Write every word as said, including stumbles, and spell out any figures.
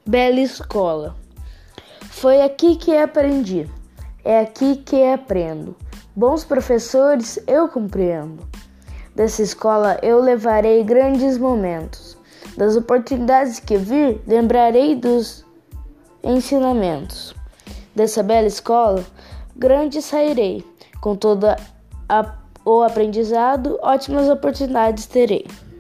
Bela escola. Foi aqui que aprendi, é aqui que aprendo. Bons professores eu compreendo. Dessa escola eu levarei grandes momentos. Das oportunidades que vir, lembrarei dos ensinamentos. Dessa bela escola, grande sairei. Com todo a, o aprendizado, ótimas oportunidades terei.